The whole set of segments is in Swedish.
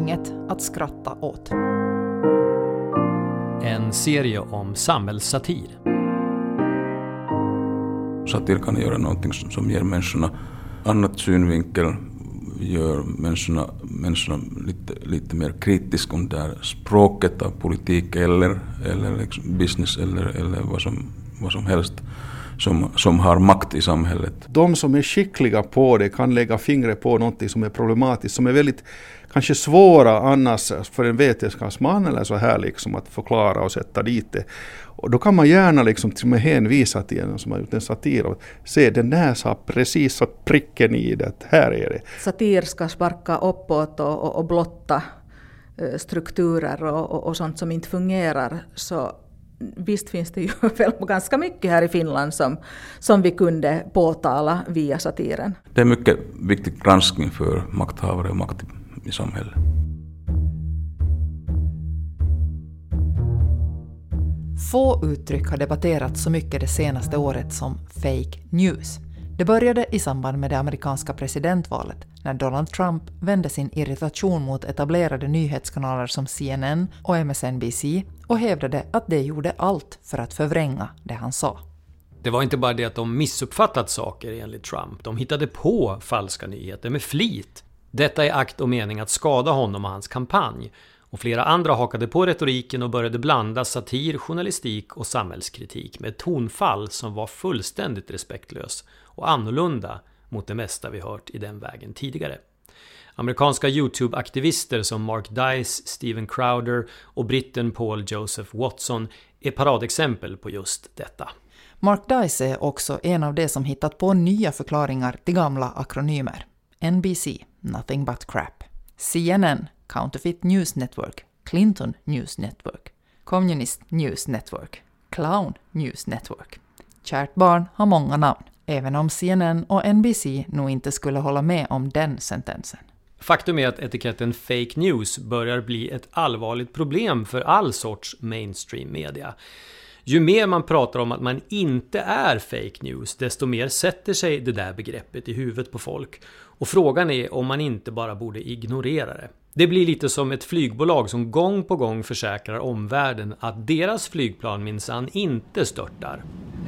inget att skratta åt. En serie om samhällssatir. Satir kan göra någonting som ger människorna annat synvinkel, gör människorna lite mer kritisk om det här språket av politik eller liksom business eller vad som helst som har makt i samhället. De som är skickliga på det kan lägga fingret på någonting som är problematiskt, som är väldigt kanske svåra annars för en vetenskapsman eller så här liksom att förklara och sätta dit det. Och då kan man gärna liksom till och med hänvisa till en som har gjort en satir och se den där sa precis så pricken i det, här är det. Satir ska sparka uppåt och blotta strukturer och sånt som inte fungerar, så visst finns det ju väl ganska mycket här i Finland som vi kunde påtala via satiren. Det är mycket viktig granskning för makthavare och makt i samhället. Få uttryck har debatterats så mycket det senaste året som fake news. Det började i samband med det amerikanska presidentvalet när Donald Trump vände sin irritation mot etablerade nyhetskanaler som CNN och MSNBC och hävdade att det gjorde allt för att förvränga det han sa. Det var inte bara det att de missuppfattat saker enligt Trump. De hittade på falska nyheter med flit. Detta är akt och mening att skada honom och hans kampanj. Och flera andra hakade på retoriken och började blanda satir, journalistik och samhällskritik med ett tonfall som var fullständigt respektlös och annorlunda mot det mesta vi hört i den vägen tidigare. Amerikanska YouTube-aktivister som Mark Dice, Steven Crowder och britten Paul Joseph Watson är paradexempel på just detta. Mark Dice är också en av de som hittat på nya förklaringar till gamla akronymer. NBC, Nothing But Crap. CNN, Counterfeit News Network, Clinton News Network, Communist News Network, Clown News Network. Kärt barn har många namn, även om CNN och NBC nog inte skulle hålla med om den sentensen. Faktum är att etiketten fake news börjar bli ett allvarligt problem för all sorts mainstream media. Ju mer man pratar om att man inte är fake news, desto mer sätter sig det där begreppet i huvudet på folk. Och frågan är om man inte bara borde ignorera det. Det blir lite som ett flygbolag som gång på gång försäkrar omvärlden att deras flygplan minsann inte störtar.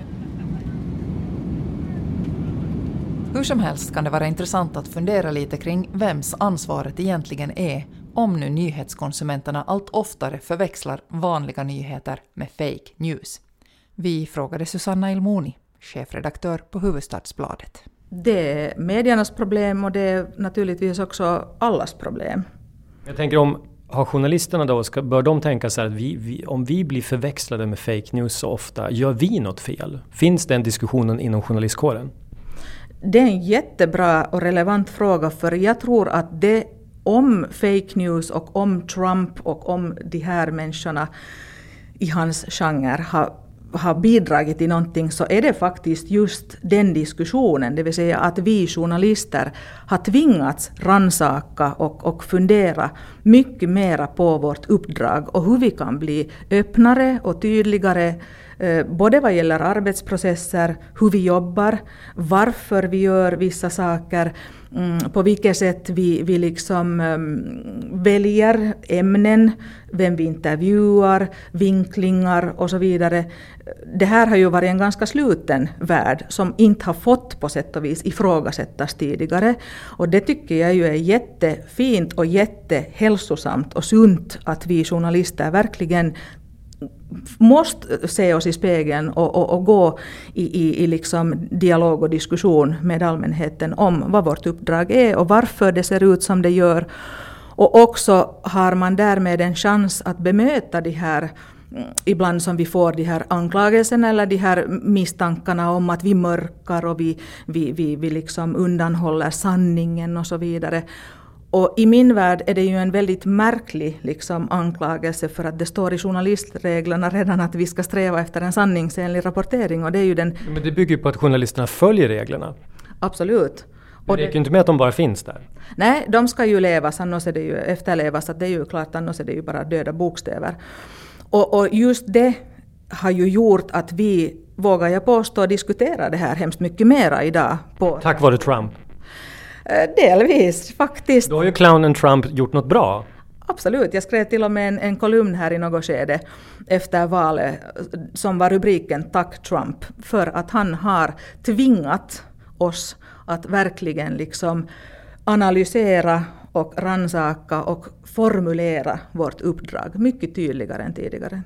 Hur som helst kan det vara intressant att fundera lite kring vems ansvaret egentligen är om nu nyhetskonsumenterna allt oftare förväxlar vanliga nyheter med fake news. Vi frågade Susanna Ilmoni, chefredaktör på Hufvudstadsbladet. Det är mediernas problem och det är naturligtvis också allas problem. Jag tänker har journalisterna då, bör de tänka så här att om vi blir förväxlade med fake news så ofta, gör vi något fel? Finns den diskussionen inom journalistkåren? Det är en jättebra och relevant fråga, för jag tror att det om fake news och om Trump och om de här människorna i hans genre har bidragit till någonting, så är det faktiskt just den diskussionen, det vill säga att vi journalister har tvingats ransaka och fundera mycket mera på vårt uppdrag och hur vi kan bli öppnare och tydligare, både vad gäller arbetsprocesser, hur vi jobbar, varför vi gör vissa saker, på vilket sätt vi liksom väljer ämnen, vem vi intervjuar, vinklingar och så vidare. Det här har ju varit en ganska sluten värld som inte har fått på sätt och vis ifrågasättas tidigare. Och det tycker jag ju är jättefint och jättehälsosamt och sunt att vi journalister verkligen måste se oss i spegeln och gå i liksom dialog och diskussion med allmänheten om vad vårt uppdrag är och varför det ser ut som det gör. Och också har man därmed en chans att bemöta de här, ibland som vi får de här anklagelserna eller de här misstankarna om att vi mörkar och vi liksom undanhåller sanningen och så vidare. Och i min värld är det ju en väldigt märklig liksom anklagelse, för att det står i journalistreglerna redan att vi ska sträva efter en sanningsenlig rapportering. Och det är ju den... Men det bygger ju på att journalisterna följer reglerna. Absolut. Men det är ju inte med att de bara finns där. Nej, de ska ju levas, annars är det ju efterlevas, att det är ju klart, annars är det ju bara döda bokstäver. Och just det har ju gjort att vi, vågar jag påstå, diskuterar det här hemskt mycket mera idag. Tack vare Trump. Delvis faktiskt. Då har ju clownen Trump gjort något bra. Absolut, jag skrev till och med en kolumn här i något skede efter valet som var rubriken Tack Trump, för att han har tvingat oss att verkligen liksom analysera och rannsaka och formulera vårt uppdrag mycket tydligare än tidigare.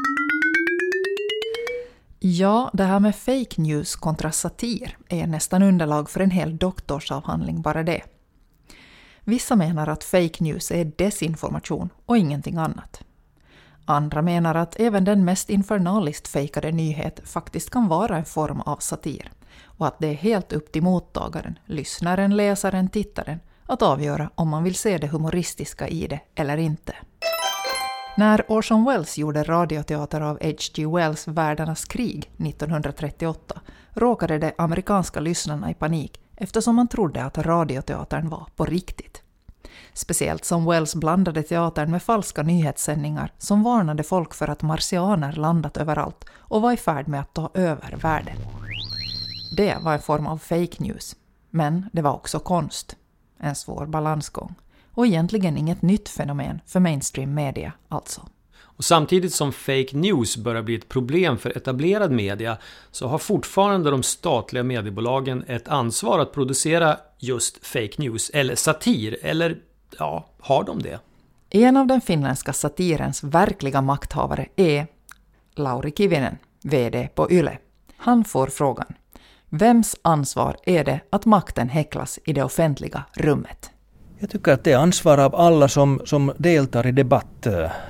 Ja, det här med fake news kontra satir är nästan underlag för en hel doktorsavhandling bara det. Vissa menar att fake news är desinformation och ingenting annat. Andra menar att även den mest infernaliskt fejkade nyhet faktiskt kan vara en form av satir och att det är helt upp till mottagaren, lyssnaren, läsaren, tittaren att avgöra om man vill se det humoristiska i det eller inte. När Orson Welles gjorde radioteater av H.G. Wells Världarnas krig 1938 råkade de amerikanska lyssnarna i panik eftersom man trodde att radioteatern var på riktigt. Speciellt som Wells blandade teatern med falska nyhetssändningar som varnade folk för att marsianer landat överallt och var i färd med att ta över världen. Det var en form av fake news, men det var också konst. En svår balansgång. Och egentligen inget nytt fenomen för mainstream media alltså. Och samtidigt som fake news börjar bli ett problem för etablerad media så har fortfarande de statliga mediebolagen ett ansvar att producera just fake news eller satir, eller ja, har de det? En av den finländska satirens verkliga makthavare är Lauri Kivinen, vd på Yle. Han får frågan: vems ansvar är det att makten häcklas i det offentliga rummet? Jag tycker att det är ansvar av alla som deltar i debatt.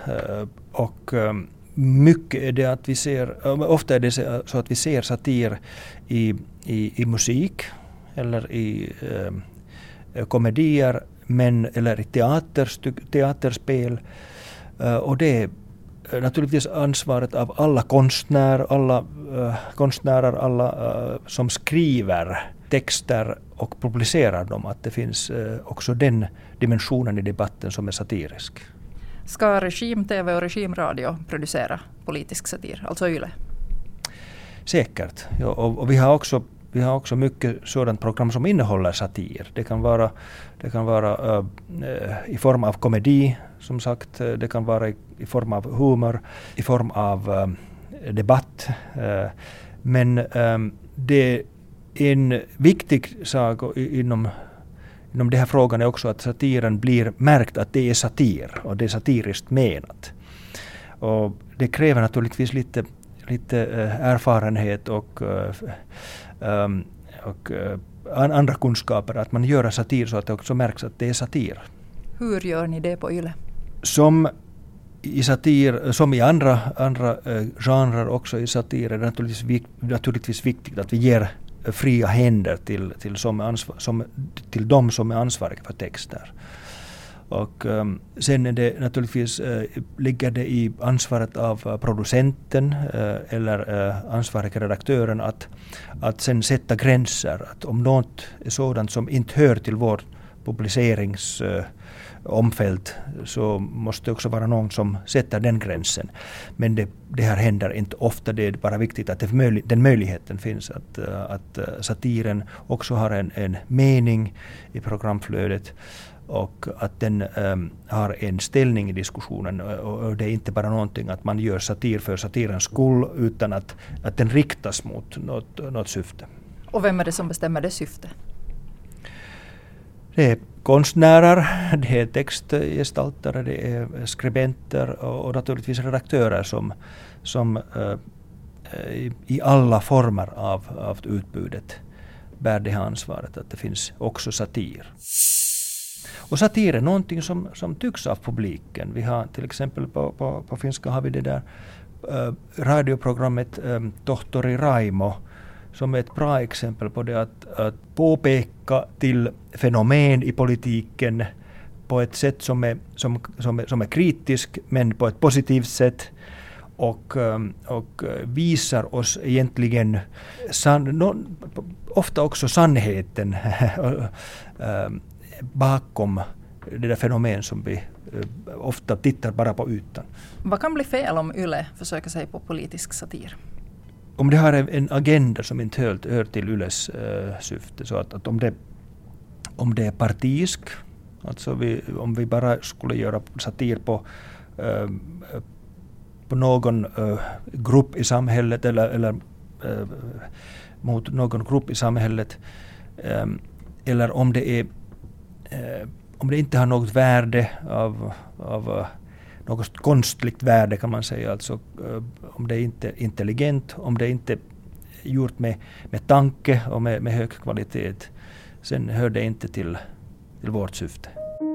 Och mycket är det att vi ser, ofta är det så att vi ser satir i musik eller i komedier, eller i teaterspel. Och det är naturligtvis ansvaret av alla konstnärer, alla som skriver texter och publicerar dem, att det finns också den dimensionen i debatten som är satirisk. Ska regim-tv och regimradio producera politisk satir, alltså Yle? Säkert. Ja, och vi har också mycket sådant program som innehåller satir. Det kan vara i form av komedi, som sagt. Det kan vara i form av humor, i form av debatt. Men det en viktig sak inom den här frågan är också att satiren blir märkt att det är satir och det är satiriskt menat. Och det kräver naturligtvis lite erfarenhet och andra kunskaper att man gör satir så att det också märks att det är satir. Hur gör ni det på Yle? Som i satir, som i andra genrer också i satir, är det naturligtvis viktigt att vi ger fria händer till de som är ansvariga för texter. Och sen är det naturligtvis, ligger det i ansvaret av producenten eller ansvariga redaktören att sen sätta gränser. Att om något är sådant som inte hör till vår publiceringsomfält så måste det också vara någon som sätter den gränsen. Men det här händer inte ofta. Det är bara viktigt att den möjligheten finns. Att satiren också har en mening i programflödet. Och att den har en ställning i diskussionen. Och det är inte bara någonting att man gör satir för satirens skull, utan att den riktas mot något syfte. Och vem är det som bestämmer det syfte? Det är konstnärer, det är textgestaltare, det är skribenter och naturligtvis redaktörer som i alla former av utbudet bär det här ansvaret att det finns också satir. Och satir är någonting som tycks av publiken. Vi har till exempel på finska har vi det där radioprogrammet Tohtori Raimo, som är ett bra exempel på det att påpeka till fenomen i politiken på ett sätt som är kritisk men på ett positivt sätt och visar oss egentligen ofta också sannheten bakom det där fenomen som vi ofta tittar bara på ytan. Vad kan bli fel om Yle försöker sig på politisk satir? Om det har en agenda som inte hör till Yles syfte, så att om det är partisk Alltså om vi bara skulle göra satir på någon grupp i samhället eller mot någon grupp i samhället, eller om det inte har något värde av något konstligt värde, kan man säga, alltså om det inte är intelligent, om det inte är gjort med tanke och med hög kvalitet, sen hör det inte till vårt syfte.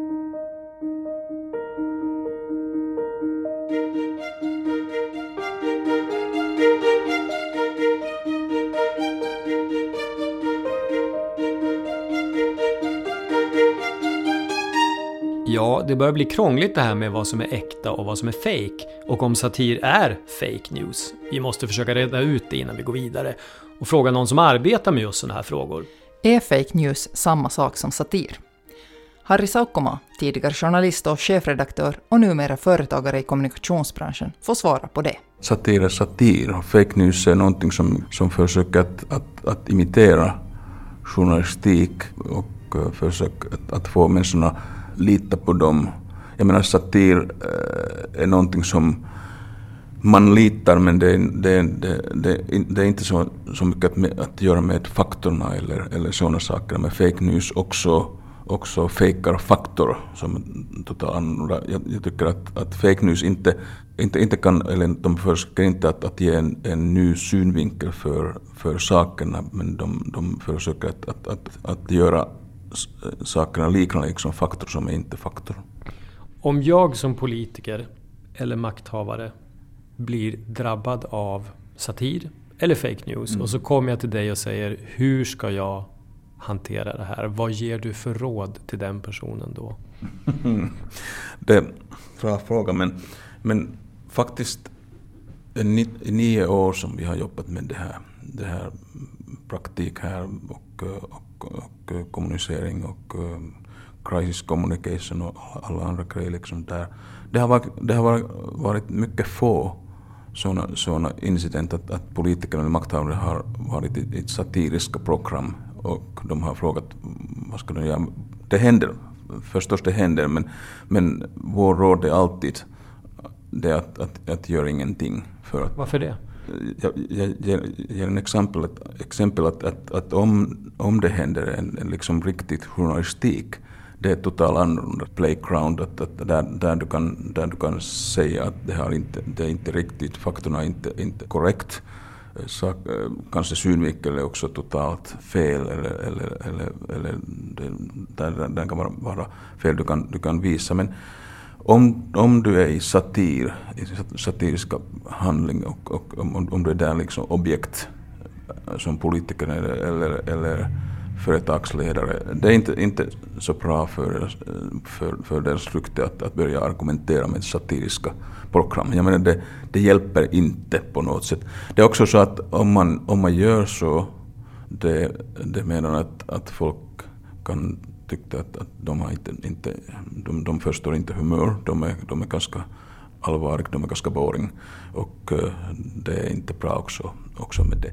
Ja, det börjar bli krångligt det här med vad som är äkta och vad som är fake, och om satir är fake news. Vi måste försöka reda ut det innan vi går vidare och fråga någon som arbetar med just sådana här frågor. Är fake news samma sak som satir? Harri Saukkoma, tidigare journalist och chefredaktör och numera företagare i kommunikationsbranschen, får svara på det. Satir är satir, och fake news är någonting som försöker att imitera journalistik och försöker att få människorna lita på dem. Jag menar, satir är någonting som man litar, men det är inte så mycket att göra med faktorna eller sådana saker. Men fake news också fejkar faktor som totalt andra. Jag tycker att fake news inte kan, eller de försöker inte att ge en ny synvinkel för sakerna, men de försöker att göra sakerna liknande liksom faktor som är inte faktor. Om jag som politiker eller makthavare blir drabbad av satir eller fake news och så kommer jag till dig och säger, hur ska jag hantera det här? Vad ger du för råd till den personen då? Det är en bra fråga, men faktiskt i 9 år som vi har jobbat med det här praktik här och kommunicering och crisis communication och alla andra grejer liksom där. Det har varit mycket få såna incidenter att politiker och makthavare har varit i ett satiriska program och de har frågat vad ska de göra. Det händer, förstås det händer, men vår råd är alltid det att göra ingenting. Varför det? Jag ger en exempel att om det händer en liksom riktigt journalistik, det är totalt annorlunda playground, där du kan säga att det är inte riktigt, faktorna är inte korrekt, så kanske synvinkel är också totalt fel eller det kan vara fel du kan visa, men om du är i satiriska handling och om du är där liksom objekt som politiker eller företagsledare, det är inte så bra för deras rykte att börja argumentera med satiriska program. Jag menar, det hjälper inte på något sätt. Det är också så att om man gör så, det menar att folk kan tyckte att de har de förstår inte humör, de är ganska allvarliga, de är ganska boring, och det är inte bra också med det.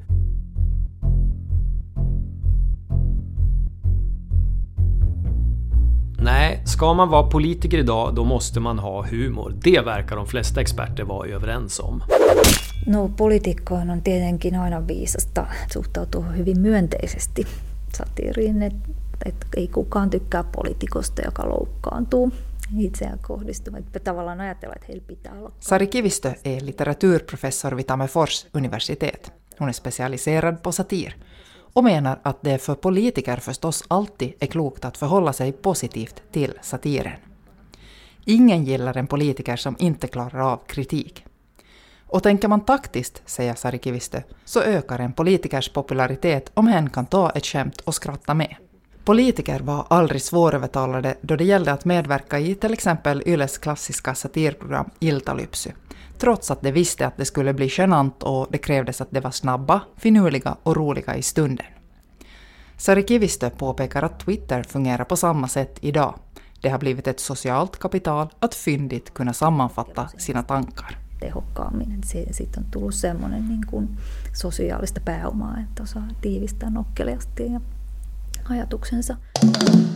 Nej, ska man vara politiker idag, då måste man ha humor. Det verkar de flesta experter vara överens om. No, poliitikkoon on tietenkin aina viisasta suhtautua hyvin myönteisesti satiiriin, että ei kukaan tykkää poliitikosta, joka loukkaantuu itseään kohdistumaan. Tavallaan ajatella, että heillä pitää olla. Sari Kivistö är litteraturprofessor vid Tammerfors universitet. Hon är specialiserad på satir och menar att det för politiker förstås alltid är klokt att förhålla sig positivt till satiren. Ingen gillar en politiker som inte klarar av kritik. Och tänker man taktiskt, säger Sari Kivistö, så ökar en politikers popularitet om hen kan ta ett skämt och skratta med. Politiker var aldrig svårövertalade då det gällde att medverka i till exempel Yles klassiska satirprogram Iltalypsy, trots att de visste att det skulle bli genant och det krävdes att de var snabba, finurliga och roliga i stunden. Sari Kivistö påpekar att Twitter fungerar på samma sätt idag. Det har blivit ett socialt kapital att fyndigt kunna sammanfatta sina tankar. Tehokkaammin. Siitä on tullut semmoinen niin kuin sosiaalista pääomaa, että osaa tiivistää nokkeliasti ja ajatuksensa.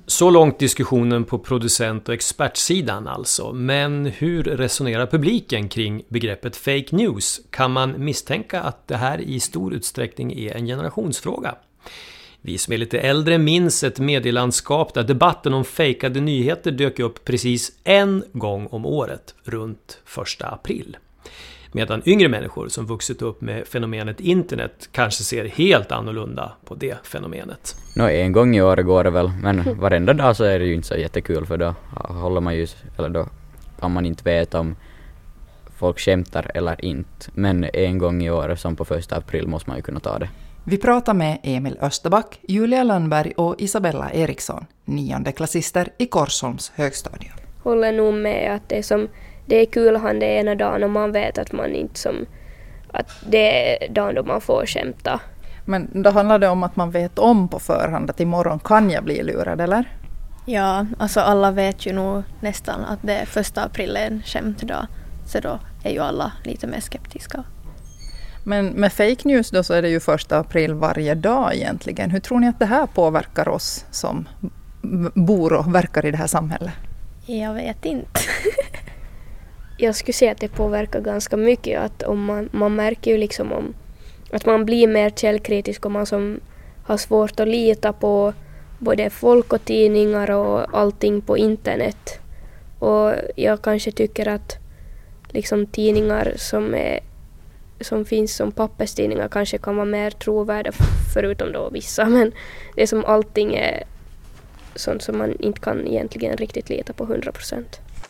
Så långt diskussionen på producent- och expertsidan alltså. Men hur resonerar publiken kring begreppet fake news? Kan man misstänka att det här i stor utsträckning är en generationsfråga? Vi som är lite äldre minns ett medielandskap där debatten om fejkade nyheter dök upp precis en gång om året, runt 1 april. Medan yngre människor som vuxit upp med fenomenet internet kanske ser helt annorlunda på det fenomenet. En gång i år går det väl, men varenda dag så är det ju inte så jättekul, för då håller man ju, eller då kan man inte veta om folk skämtar eller inte. Men en gång i år, som på 1 april, måste man ju kunna ta det. Vi pratar med Emil Österback, Julia Lundberg och Isabella Eriksson, 9:e-klassister i Korsholms högstadium. Håller nog med att det är kul han det ena dagen och man vet att man inte att det är dagen då man får skämta. Men då handlar det om att man vet om på förhand att imorgon kan jag bli lurad, eller? Ja, alltså alla vet ju nog nästan att det är 1 april är en skämtdag. Så då är ju alla lite mer skeptiska. Men med fake news då så är det ju 1 april varje dag egentligen. Hur tror ni att det här påverkar oss som bor och verkar i det här samhället? Jag vet inte. Jag skulle säga att det påverkar ganska mycket. Att om man märker ju liksom att man blir mer källkritisk och man som har svårt att lita på både folk och tidningar och allting på internet. Och jag kanske tycker att liksom tidningar som finns som papperstidningar kanske kan vara mer trovärda, förutom då vissa. Men det är som allting är sånt som man inte kan egentligen riktigt lita på 100%.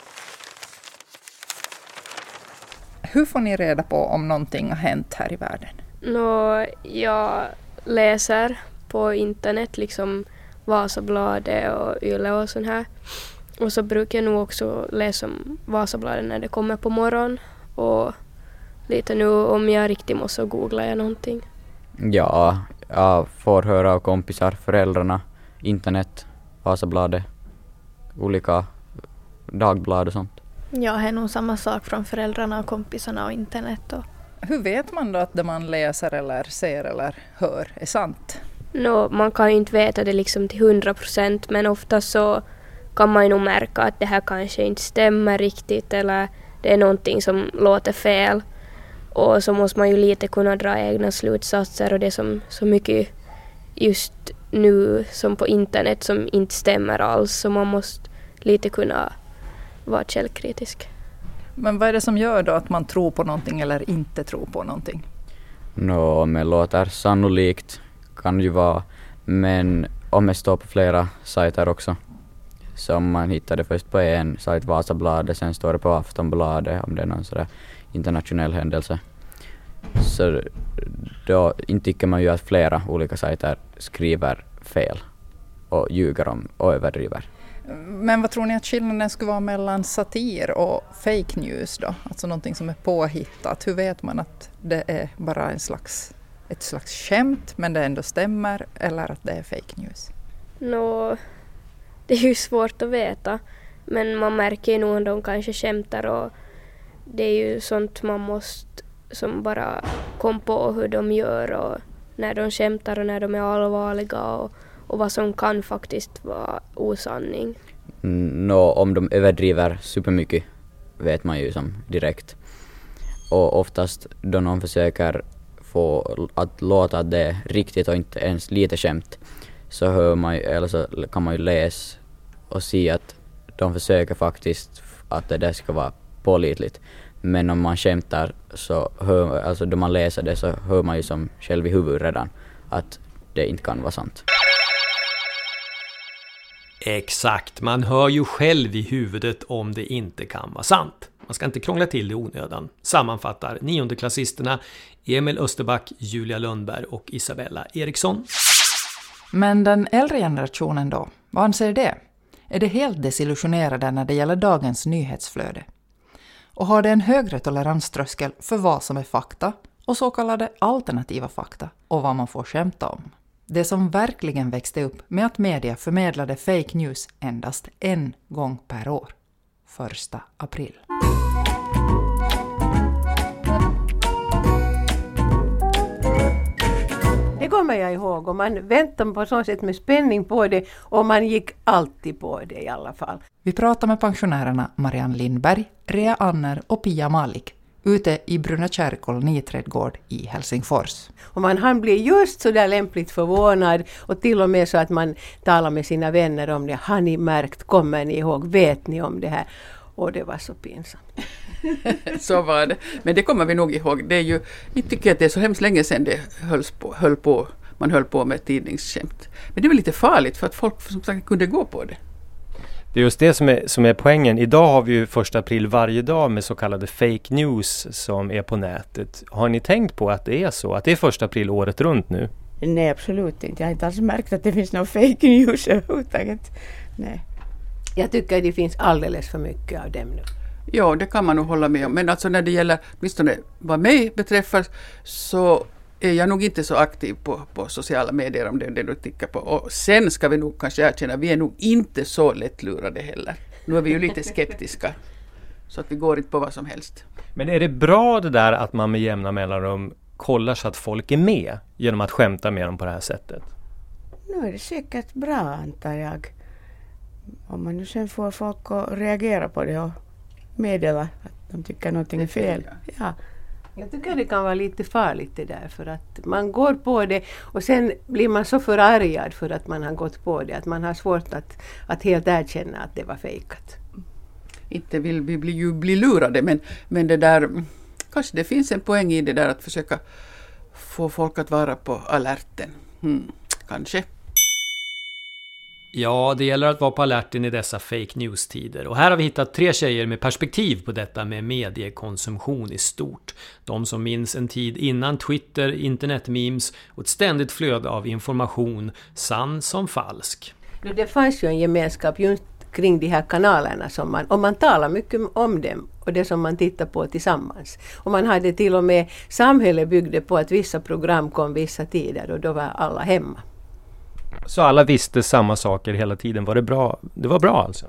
Hur får ni reda på om någonting har hänt här i världen? Jag läser på internet, liksom Vasabladet och Yle och sånt här. Och så brukar jag nog också läsa om Vasabladet när det kommer på morgon. Och lite nu om jag riktigt måste googla jag någonting. Ja, jag får höra av kompisar, föräldrarna, internet, Vasabladet, olika dagblad och sånt. Jag har nog samma sak från föräldrarna och kompisarna och internet. Hur vet man då att det man läser eller ser eller hör är sant? Man kan ju inte veta det liksom till 100%, men ofta så kan man ju nog märka att det här kanske inte stämmer riktigt eller det är någonting som låter fel. Och så måste man ju lite kunna dra egna slutsatser, och det är så mycket just nu som på internet som inte stämmer alls, så man måste lite kunna vara källkritisk. Men vad är det som gör då att man tror på någonting eller inte tror på någonting? Om det låter sannolikt kan ju vara, men om det står på flera sajter också. Som man hittade först på en sajt, Vasabladet, sen står det på Aftonbladet om det är någon sådär internationell händelse. Så då inte tycker man ju att flera olika sajter skriver fel och ljuger om och överdriver. Men vad tror ni att skillnaden skulle vara mellan satir och fake news då? Alltså någonting som är påhittat. Hur vet man att det är bara ett slags skämt men det ändå stämmer, eller att det är fake news? Det är ju svårt att veta, men man märker ju nog att de kanske skämtar, och det är ju sånt man måste som bara komma på hur de gör och när de skämtar och när de är allvarliga och vad som kan faktiskt vara osanning. Om de överdriver supermycket vet man ju som direkt. Och oftast då någon försöker få att låta att det är riktigt och inte ens lite skämt, så hör man ju, eller så kan man ju läsa och se att de försöker faktiskt att det där ska vara pålitligt. Men om man skämtar så alltså då man läser det så hör man ju som själv i huvudet redan att det inte kan vara sant. Exakt, man hör ju själv i huvudet om det inte kan vara sant. Man ska inte krångla till det i onödan. Sammanfattar 9:e-klassisterna Emil Österback, Julia Lundberg och Isabella Eriksson. Men den äldre generationen då, vad anser det? Är det helt desillusionerade när det gäller dagens nyhetsflöde? Och har det en högre toleranströskel för vad som är fakta och så kallade alternativa fakta och vad man får skämta om? Det som verkligen växte upp med att media förmedlade fake news endast en gång per år. 1 april. Det kommer jag ihåg och man väntade på så sätt med spänning på det och man gick alltid på det i alla fall. Vi pratar med pensionärerna Marianne Lindberg, Rea Anner och Pia Malik ute i Brunna koloniträdgård i Helsingfors. Och han blir just så där lämpligt förvånad och till och med så att man talar med sina vänner om det. Har ni märkt, kommer ni ihåg, vet ni om det här? Och det var så pinsamt. Så var det. Men det kommer vi nog ihåg. Det är ju, jag tycker att det är så hemskt länge sedan det man höll på med tidningsskämt. Men det var lite farligt för att folk som sagt kunde gå på det. Det är just det som är poängen. Idag har vi ju 1 april varje dag med så kallade fake news som är på nätet. Har ni tänkt på att det är så? Att det är 1 april året runt nu? Nej, absolut inte. Jag har inte alls märkt att det finns någon fake news överhuvudtaget. Nej. Jag tycker att det finns alldeles för mycket av dem nu. Ja, det kan man nog hålla med om. Men alltså när det gäller, åtminstone vad mig beträffar, så är jag nog inte så aktiv på sociala medier om det är det du tittar på. Och sen ska vi nog kanske erkänna, vi är nog inte så lättlurade heller. Nu är vi ju lite skeptiska. Så att vi går inte på vad som helst. Men är det bra det där att man med jämna mellanrum kollar så att folk är med genom att skämta med dem på det här sättet? Nu är det säkert bra, antar jag. Om man nu sen får folk att reagera på det och meddela att de tycker någonting är fel. Ja. Jag tycker det kan vara lite farligt det där, för att man går på det och sen blir man så förargad för att man har gått på det att man har svårt att helt erkänna att det var fejkat. Inte vill vi bli lurade, men det där, kanske det finns en poäng i det där att försöka få folk att vara på alerten. Kanske. Ja, det gäller att vara på alerten i dessa fake news-tider. Och här har vi hittat 3 tjejer med perspektiv på detta med mediekonsumtion i stort. De som minns en tid innan Twitter, internetmemes och ett ständigt flöde av information, sann som falsk. Det fanns ju en gemenskap just kring de här kanalerna och man talar mycket om dem och det som man tittar på tillsammans. Och man hade till och med, samhället byggde på att vissa program kom vissa tider och då var alla hemma. Så alla visste samma saker hela tiden. Var det bra? Det var bra alltså?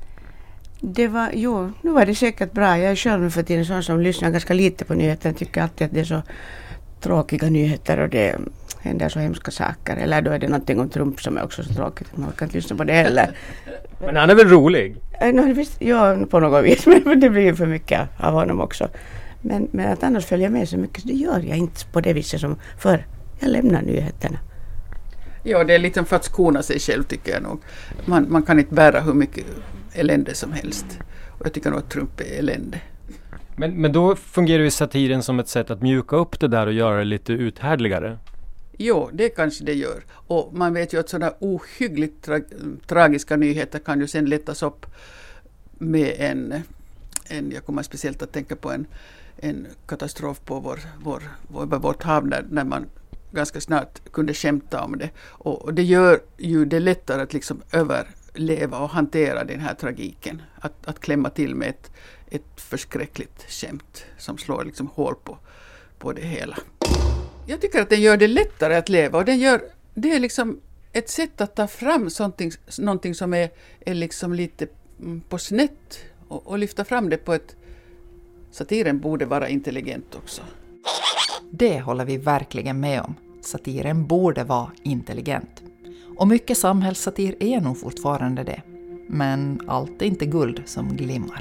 Nu var det säkert bra. Jag är själv för tiden sån som lyssnar ganska lite på nyheter. Jag tycker alltid att det är så tråkiga nyheter och det händer så hemska saker. Eller då är det någonting om Trump som är också så tråkigt att man kan inte lyssna på det heller. Men han är väl rolig? Ja, på något vis. Men det blir för mycket av honom också. Men att annars följa med så mycket, så det gör jag inte på det viset som förr. Jag lämnar nyheterna. Ja, det är lite för att skona sig själv tycker jag nog. Man kan inte bära hur mycket elände som helst. Och jag tycker nog att Trump är elände. Men då fungerar ju satiren som ett sätt att mjuka upp det där och göra det lite uthärdligare. Jo, det kanske det gör. Och man vet ju att sådana ohyggligt tragiska nyheter kan ju sen lättas upp med en jag kommer speciellt att tänka på en katastrof på vårt hav när man ganska snart kunde skämta om det. Och det gör ju det lättare att liksom överleva och hantera den här tragiken. Att klämma till med ett förskräckligt skämt som slår liksom hål på det hela. Jag tycker att den gör det lättare att leva och det är liksom ett sätt att ta fram någonting som är liksom lite på snett och lyfta fram det på ett... Satiren borde vara intelligent också. Det håller vi verkligen med om. Satiren borde vara intelligent. Och mycket samhällssatir är nog fortfarande det. Men allt är inte guld som glimmar.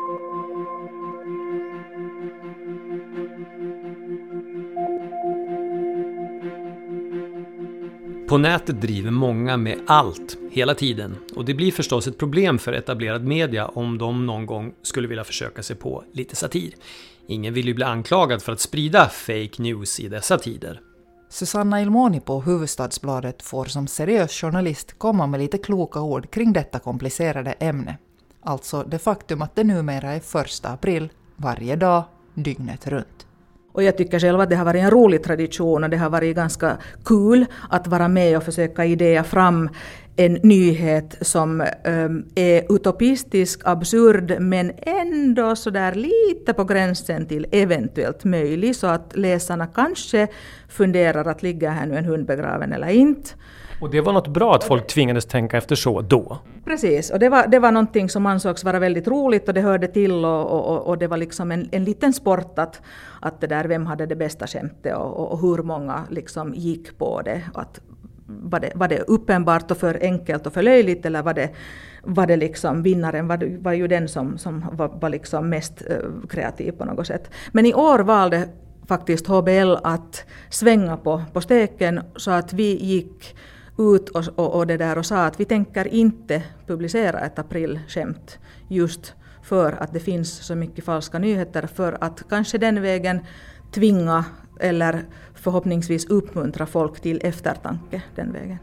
På nätet driver många med allt, hela tiden. Och det blir förstås ett problem för etablerad media om de någon gång skulle vilja försöka sig på lite satir. Ingen vill ju bli anklagad för att sprida fake news i dessa tider. Susanna Ilmoni på Hufvudstadsbladet får som seriös journalist komma med lite kloka ord kring detta komplicerade ämne. Alltså det faktum att det numera är 1 april varje dag, dygnet runt. Och jag tycker själv att det har varit en rolig tradition och det har varit ganska kul att vara med och försöka idea fram en nyhet som är utopistisk, absurd men ändå så där lite på gränsen till eventuellt möjlig så att läsarna kanske funderar att ligga här nu en hund begraven eller inte. Och det var något bra att folk tvingades tänka efter så då? Precis, och det var någonting som ansågs vara väldigt roligt och det hörde till och det var liksom en liten sport att det där, vem hade det bästa skämtet och hur många liksom gick på det. Att var det uppenbart och för enkelt och för löjligt, eller var det liksom vinnaren var ju den som var liksom mest kreativ på något sätt. Men i år valde faktiskt HBL att svänga på steken, så att vi gick ut och det där och sa att vi tänker inte publicera ett aprilskämt just för att det finns så mycket falska nyheter, för att kanske den vägen tvinga eller förhoppningsvis uppmuntra folk till eftertanke den vägen.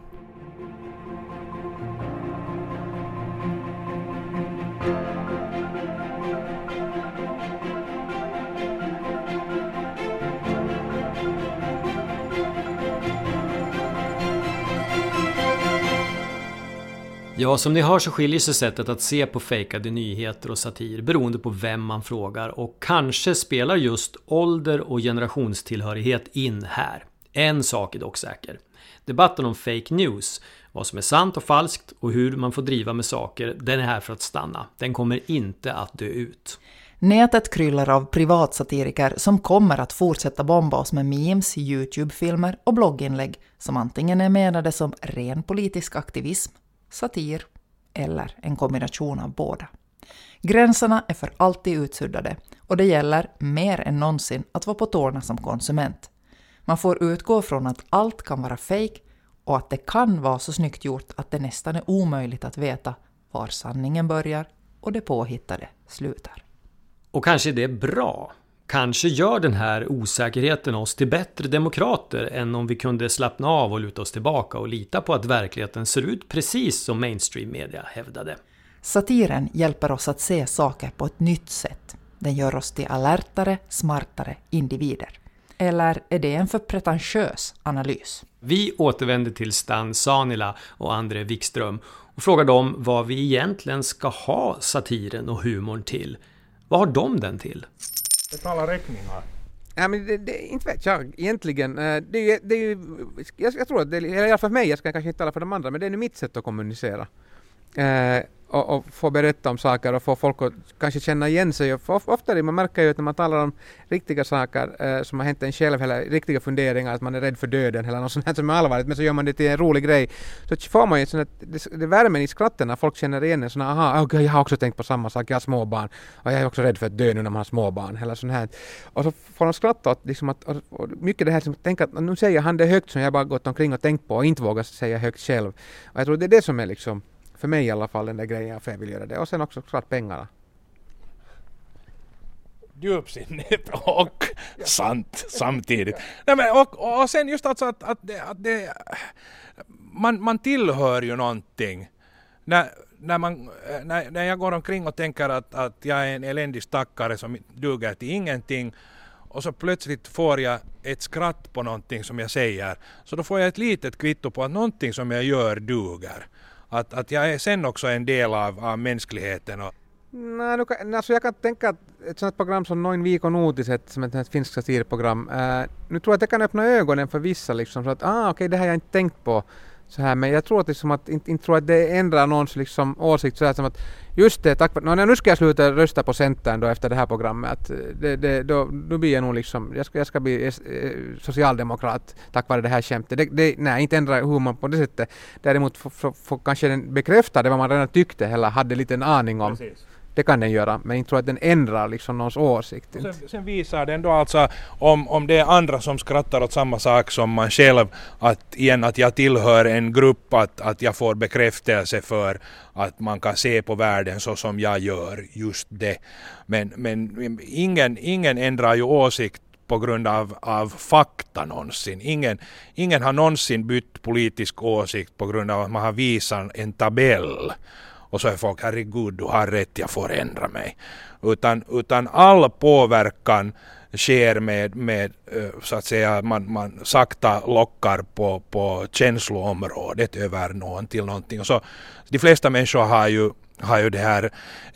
Ja, som ni hör så skiljer sig sättet att se på fejkade nyheter och satir beroende på vem man frågar, och kanske spelar just ålder och generationstillhörighet in här. En sak är dock säker. Debatten om fake news, vad som är sant och falskt och hur man får driva med saker, den är här för att stanna. Den kommer inte att dö ut. Nätet kryllar av privatsatiriker som kommer att fortsätta bomba oss med memes, YouTube-filmer och blogginlägg som antingen är menade som ren politisk aktivism, satir eller en kombination av båda. Gränserna är för alltid utsuddade och det gäller mer än någonsin att vara på tårna som konsument. Man får utgå från att allt kan vara fake och att det kan vara så snyggt gjort att det nästan är omöjligt att veta var sanningen börjar och det påhittade slutar. Och kanske det är bra. Kanske gör den här osäkerheten oss till bättre demokrater än om vi kunde slappna av och luta oss tillbaka och lita på att verkligheten ser ut precis som mainstream media hävdade. Satiren hjälper oss att se saker på ett nytt sätt. Den gör oss till alertare, smartare individer. Eller är det en för pretentiös analys? Vi återvänder till Stan Sanila och André Wikström och frågar dem vad vi egentligen ska ha satiren och humorn till. Vad har de den till? Betala räkningar. Ja, men det inte vet jag egentligen. Det är ju, jag tror att det är, i alla fall för mig, jag ska kanske inte tala för de andra, men det är nu mitt sätt att kommunicera. Och få berätta om saker och få folk att kanske känna igen sig. Ofta man märker ju att när man talar om riktiga saker som har hänt en själv, eller riktiga funderingar, att man är rädd för döden eller något sånt här som är allvarligt, men så gör man det till en rolig grej. Så får man ju sån att det värmen i skratten när folk känner igen en sån här, aha, okay, jag har också tänkt på samma sak, jag har småbarn och jag är också rädd för att dö nu när man har småbarn eller sån här. Och så får de skratta åt liksom och mycket det här som tänker att nu säger han det högt som jag bara gått omkring och tänkt på och inte vågar säga högt själv. Och jag tror det är det som är liksom för mig i alla fall den där grejen för jag vill göra det. Och sen också klart pengarna. Djupsinnigt och sant samtidigt. Nej, men, och sen just alltså att det, man tillhör ju någonting. När jag går omkring och tänker att jag är en eländig stackare som duger till ingenting och så plötsligt får jag ett skratt på någonting som jag säger, så då får jag ett litet kvitto på att någonting som jag gör duger. Att jag är sen också en del av mänskligheten. Nej, alltså jag kan tänka att ett sådant program som Noin viikon uutiset, som ett finskt satirprogram, nu tror jag att det kan öppna ögonen för vissa liksom, så att okej, det har jag inte tänkt på så här, men jag tror att, liksom att inte tror att det ändrar någons liksom åsikt så här som att just det, tack för, nu ska jag sluta rösta på Centern då efter det här programmet, att då blir jag nog liksom, jag ska bli socialdemokrat tack vare det här skämtet. Nej, inte ändra humor på det sättet. Däremot får kanske den bekräfta det vad man redan tyckte eller hade lite en aning om. Precis. Det kan den göra, men inte tror att den ändrar liksom någons åsikt. Sen visar den då alltså om det är andra som skrattar åt samma sak som man själv, att jag tillhör en grupp, att jag får bekräftelse för att man kan se på världen så som jag gör just det. Men ingen ändrar ju åsikt på grund av fakta någonsin. Ingen har någonsin bytt politisk åsikt på grund av att man har visat en tabell. Och så är folk, herregud, du har rätt, jag får ändra mig. Utan all påverkan sker med så att säga, man sakta lockar på känsloområdet över någon till någonting. Och så, de flesta människor har ju har ju det här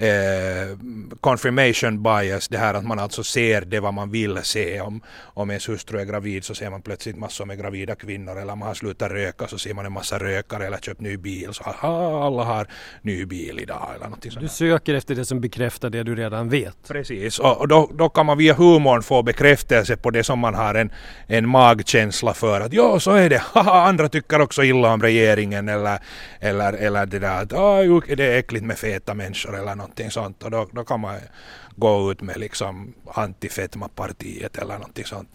confirmation bias, det här att man alltså ser det vad man vill se. Om ens hustru är gravid så ser man plötsligt massor med gravida kvinnor, eller om man har slutat röka så ser man en massa rökare, eller köpt ny bil så alla har ny bil idag eller någonting sånt. Du söker efter det som bekräftar det du redan vet. Precis, och då kan man via humorn få bekräftelse på det som man har en magkänsla för att ja, så är det, andra tycker också illa om regeringen eller det där att det är äckligt med feta människor eller någonting sånt, och då kan man gå ut med liksom antifetmapartiet eller någonting sånt.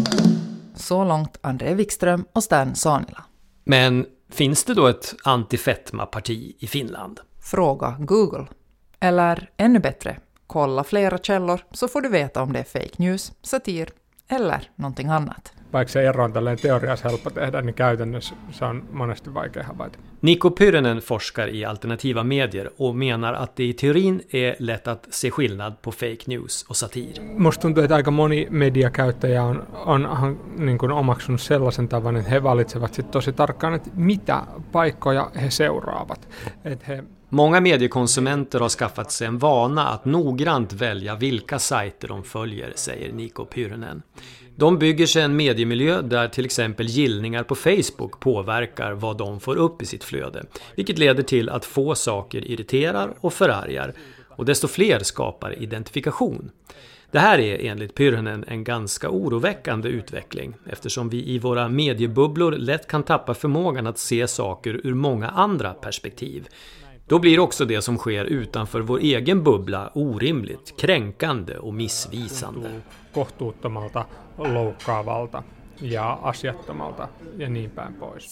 Så långt André Wikström och Stan Sanila. Men finns det då ett antifetmaparti i Finland? Fråga Google. Eller ännu bättre, kolla flera källor så får du veta om det är fake news, satir eller någonting annat. Vaikka se ero on tälleen teoriassa helppo tehdä, niin käytännössä se on monesti vaikea havaita. Niko Pyrinen forskar i alternativa medier och menar att det i teorin är lätt att se skillnad på fake news och satir. Musta tuntuu, että aika moni mediakäyttäjä on niin kuin omaksunut sellaisen tavan, että he valitsevat sit tosi tarkkaan, että mitä paikkoja he seuraavat. Många mediekonsumenter har skaffat sig en vana att noggrant välja vilka sajter de följer, säger Niko Pyrinen. De bygger sig en mediemiljö där till exempel gillningar på Facebook påverkar vad de får upp i sitt flöde, vilket leder till att få saker irriterar och förargar, och desto fler skapar identifikation. Det här är enligt Pyrinen en ganska oroväckande utveckling, eftersom vi i våra mediebubblor lätt kan tappa förmågan att se saker ur många andra perspektiv. Då blir också det som sker utanför vår egen bubbla orimligt, kränkande och missvisande. Kohtuuttomalta, loukkaavalta ja asiattomalta ja niin päin pois.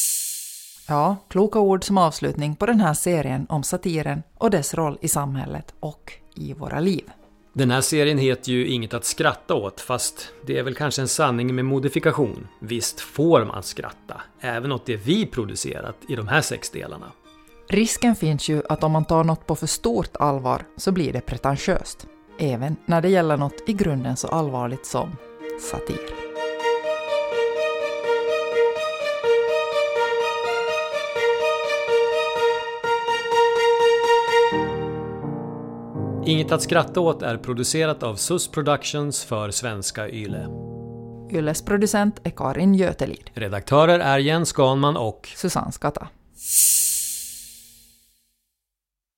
Ja, kloka ord som avslutning på den här serien om satiren och dess roll i samhället och i våra liv. Den här serien heter ju Inget att skratta åt, fast det är väl kanske en sanning med modifikation. Visst får man skratta, även åt det vi producerat i de här 6 delarna. Risken finns ju att om man tar något på för stort allvar så blir det pretentiöst. Även när det gäller något i grunden så allvarligt som satir. Inget att skratta åt är producerat av SUS Productions för svenska Yle. Yles producent är Karin Götelid. Redaktörer är Jens Ganman och Susanne Skatta.